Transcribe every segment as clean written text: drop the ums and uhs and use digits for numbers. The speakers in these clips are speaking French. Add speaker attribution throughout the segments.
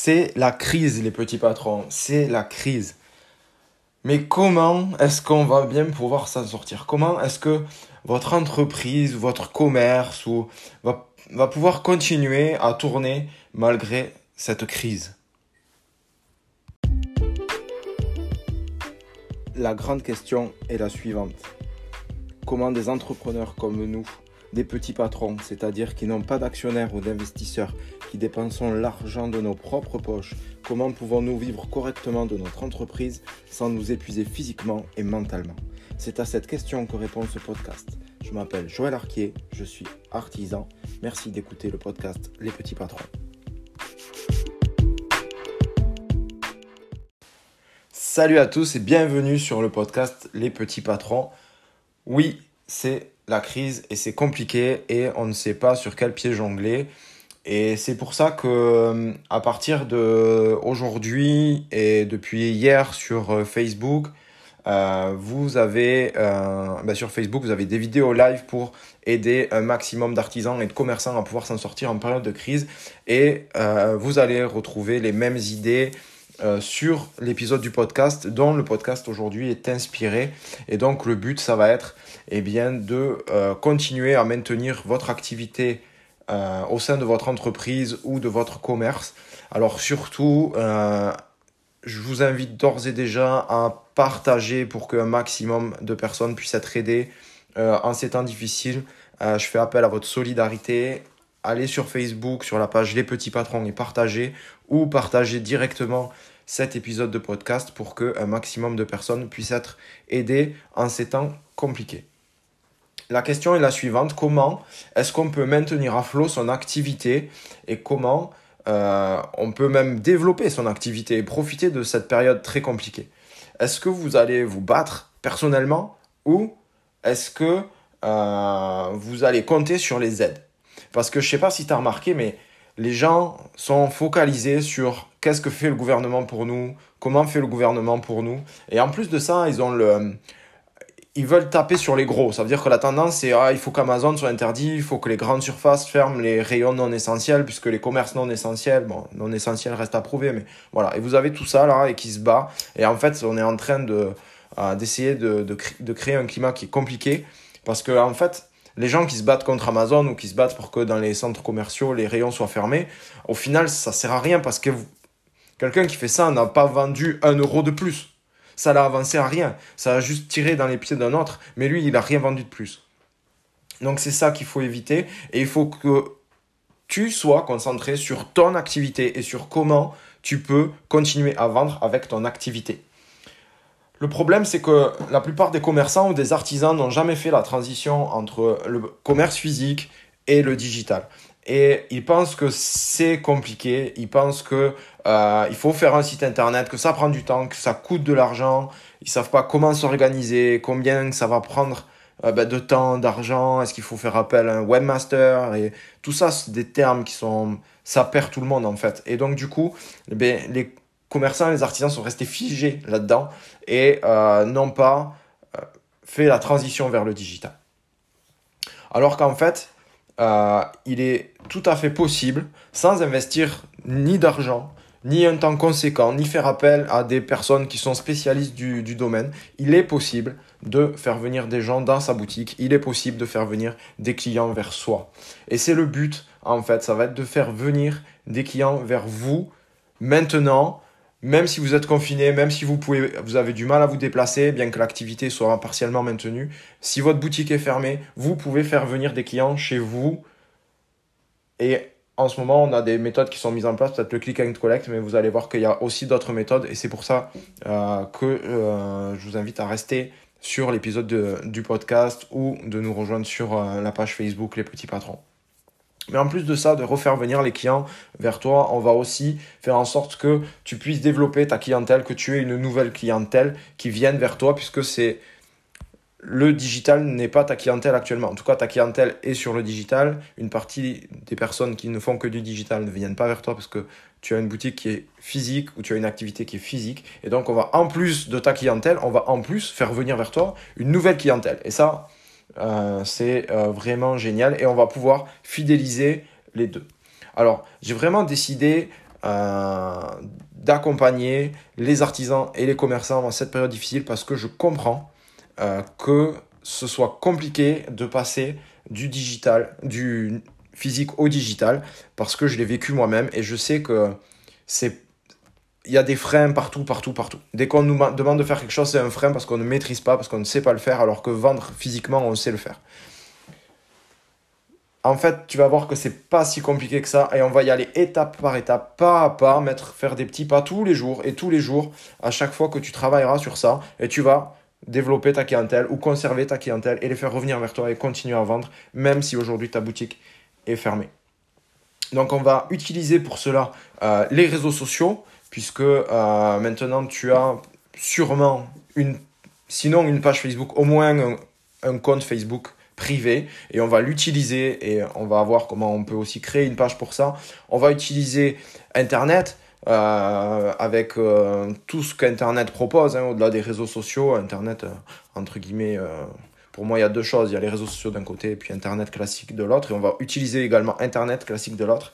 Speaker 1: C'est la crise, les petits patrons, c'est la crise. Mais comment est-ce qu'on va bien pouvoir s'en sortir? Comment est-ce que votre entreprise, votre commerce va pouvoir continuer à tourner malgré cette crise? La grande question est la suivante. Comment des entrepreneurs comme nous, des petits patrons, c'est-à-dire qui n'ont pas d'actionnaires ou d'investisseurs, qui dépensons l'argent de nos propres poches, comment pouvons-nous vivre correctement de notre entreprise sans nous épuiser physiquement et mentalement? C'est à cette question que répond ce podcast. Je m'appelle Joël Arquier, je suis artisan. Merci d'écouter le podcast Les Petits Patrons. Salut à tous et bienvenue sur le podcast Les Petits Patrons. Oui, c'est la crise et c'est compliqué et on ne sait pas sur quel pied jongler. Et c'est pour ça que à partir d'aujourd'hui et depuis hier sur Facebook, sur Facebook, vous avez des vidéos live pour aider un maximum d'artisans et de commerçants à pouvoir s'en sortir en période de crise. Et vous allez retrouver les mêmes idées sur l'épisode du podcast dont le podcast aujourd'hui est inspiré. Et donc le but, ça va être de continuer à maintenir votre activité au sein de votre entreprise ou de votre commerce. Alors surtout, je vous invite d'ores et déjà à partager pour qu'un maximum de personnes puissent être aidées en ces temps difficiles. Je fais appel à votre solidarité. Allez sur Facebook, sur la page Les Petits Patrons et partagez directement cet épisode de podcast pour qu'un maximum de personnes puissent être aidées en ces temps compliqués. La question est la suivante, comment est-ce qu'on peut maintenir à flot son activité et comment on peut même développer son activité et profiter de cette période très compliquée? Est-ce que vous allez vous battre personnellement ou est-ce que vous allez compter sur les aides? Parce que je ne sais pas si tu as remarqué, mais les gens sont focalisés sur qu'est-ce que fait le gouvernement pour nous, comment fait le gouvernement pour nous. Et en plus de ça, ils veulent taper sur les gros. Ça veut dire que la tendance, c'est il faut qu'Amazon soit interdit, il faut que les grandes surfaces ferment les rayons non essentiels, puisque les commerces non essentiels, non essentiels restent à prouver, mais voilà. Et vous avez tout ça là, et qui se bat. Et en fait, on est en train d'essayer de créer un climat qui est compliqué, parce que en fait, les gens qui se battent contre Amazon ou qui se battent pour que dans les centres commerciaux, les rayons soient fermés, au final, ça sert à rien, parce que quelqu'un qui fait ça n'a pas vendu 1 euro de plus. Ça l'a avancé à rien. Ça a juste tiré dans les pieds d'un autre. Mais lui, il n'a rien vendu de plus. Donc, c'est ça qu'il faut éviter. Et il faut que tu sois concentré sur ton activité et sur comment tu peux continuer à vendre avec ton activité. Le problème, c'est que la plupart des commerçants ou des artisans n'ont jamais fait la transition entre le commerce physique et le digital. Et ils pensent que c'est compliqué, ils pensent que il faut faire un site internet, que ça prend du temps, que ça coûte de l'argent. Ils savent pas comment s'organiser, combien ça va prendre de temps, d'argent. Est-ce qu'il faut faire appel à un webmaster? Et tout ça, c'est des termes ça perd tout le monde en fait. Et donc du coup, les commerçants et les artisans sont restés figés là-dedans et n'ont pas fait la transition vers le digital. Alors qu'en fait, il est tout à fait possible, sans investir ni d'argent, ni un temps conséquent, ni faire appel à des personnes qui sont spécialistes du domaine, il est possible de faire venir des gens dans sa boutique, il est possible de faire venir des clients vers soi. Et c'est le but, en fait, ça va être de faire venir des clients vers vous maintenant, même si vous êtes confiné, même si vous avez du mal à vous déplacer, bien que l'activité soit partiellement maintenue. Si votre boutique est fermée, vous pouvez faire venir des clients chez vous. Et en ce moment, on a des méthodes qui sont mises en place, peut-être le click and collect, mais vous allez voir qu'il y a aussi d'autres méthodes. Et c'est pour ça que je vous invite à rester sur l'épisode du podcast ou de nous rejoindre sur la page Facebook Les Petits Patrons. Mais en plus de ça, de refaire venir les clients vers toi, on va aussi faire en sorte que tu puisses développer ta clientèle, que tu aies une nouvelle clientèle qui vienne vers toi, puisque le digital n'est pas ta clientèle actuellement. En tout cas, ta clientèle est sur le digital. Une partie des personnes qui ne font que du digital ne viennent pas vers toi parce que tu as une boutique qui est physique ou tu as une activité qui est physique. Et donc, on va en plus de ta clientèle, on va en plus faire venir vers toi une nouvelle clientèle. Et ça, c'est vraiment génial et on va pouvoir fidéliser les deux. Alors, j'ai vraiment décidé d'accompagner les artisans et les commerçants dans cette période difficile parce que je comprends que ce soit compliqué de passer du physique au digital parce que je l'ai vécu moi-même et je sais que il y a des freins partout. Dès qu'on nous demande de faire quelque chose, c'est un frein parce qu'on ne maîtrise pas, parce qu'on ne sait pas le faire, alors que vendre physiquement, on sait le faire. En fait, tu vas voir que c'est pas si compliqué que ça et on va y aller étape par étape, pas à pas, faire des petits pas tous les jours et tous les jours, à chaque fois que tu travailleras sur ça et tu vas développer ta clientèle ou conserver ta clientèle et les faire revenir vers toi et continuer à vendre, même si aujourd'hui ta boutique est fermée. Donc, on va utiliser pour cela les réseaux sociaux, puisque maintenant tu as sûrement sinon une page Facebook, au moins un compte Facebook privé et on va l'utiliser et on va voir comment on peut aussi créer une page pour ça. On va utiliser Internet avec tout ce qu'Internet propose, au-delà des réseaux sociaux. Internet, entre guillemets, pour moi, il y a deux choses. Il y a les réseaux sociaux d'un côté et puis Internet classique de l'autre. Et on va utiliser également Internet classique de l'autre.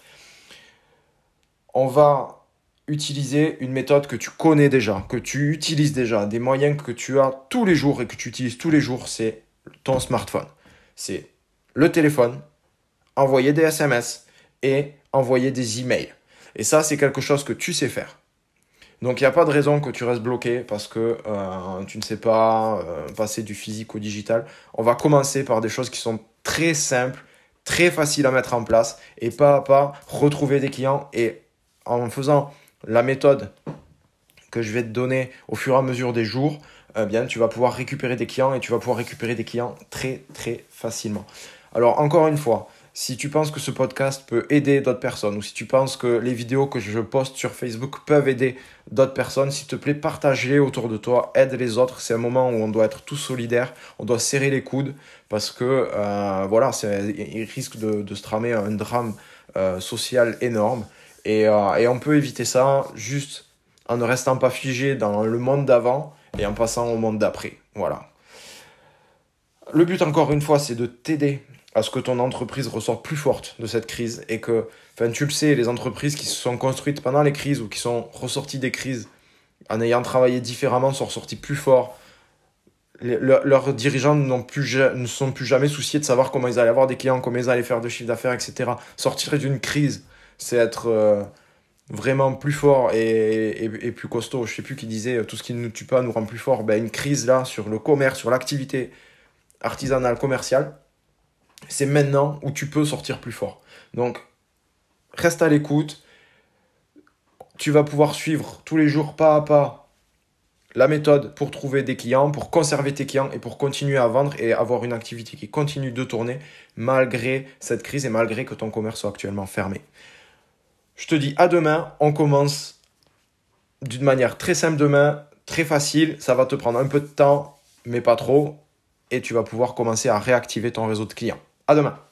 Speaker 1: On va utiliser une méthode que tu connais déjà, que tu utilises déjà, des moyens que tu as tous les jours et que tu utilises tous les jours, c'est ton smartphone. C'est le téléphone, envoyer des SMS et envoyer des emails. Et ça, c'est quelque chose que tu sais faire. Donc, il n'y a pas de raison que tu restes bloqué parce que tu ne sais pas passer du physique au digital. On va commencer par des choses qui sont très simples, très faciles à mettre en place et pas à pas retrouver des clients. Et en faisant la méthode que je vais te donner au fur et à mesure des jours, tu vas pouvoir récupérer des clients et tu vas pouvoir récupérer des clients très très facilement. Alors encore une fois, si tu penses que ce podcast peut aider d'autres personnes ou si tu penses que les vidéos que je poste sur Facebook peuvent aider d'autres personnes, s'il te plaît, partage-les autour de toi, aide les autres. C'est un moment où on doit être tous solidaires, on doit serrer les coudes parce que il risque de se tramer un drame social énorme et on peut éviter ça juste en ne restant pas figé dans le monde d'avant et en passant au monde d'après. Voilà. Le but, encore une fois, c'est de t'aider à ce que ton entreprise ressorte plus forte de cette crise et que, tu le sais, les entreprises qui se sont construites pendant les crises ou qui sont ressorties des crises en ayant travaillé différemment sont ressorties plus forts. Leurs dirigeants ne sont plus jamais souciés de savoir comment ils allaient avoir des clients, comment ils allaient faire de chiffre d'affaires, etc. Sortir d'une crise, c'est être vraiment plus fort et plus costaud. Je sais plus qui disait tout ce qui ne nous tue pas nous rend plus fort. Une crise là sur le commerce, sur l'activité artisanale, commerciale, c'est maintenant où tu peux sortir plus fort. Donc reste à l'écoute. Tu vas pouvoir suivre tous les jours pas à pas la méthode pour trouver des clients, pour conserver tes clients et pour continuer à vendre et avoir une activité qui continue de tourner malgré cette crise et malgré que ton commerce soit actuellement fermé. Je te dis à demain, on commence d'une manière très simple demain, très facile, ça va te prendre un peu de temps, mais pas trop, et tu vas pouvoir commencer à réactiver ton réseau de clients. À demain.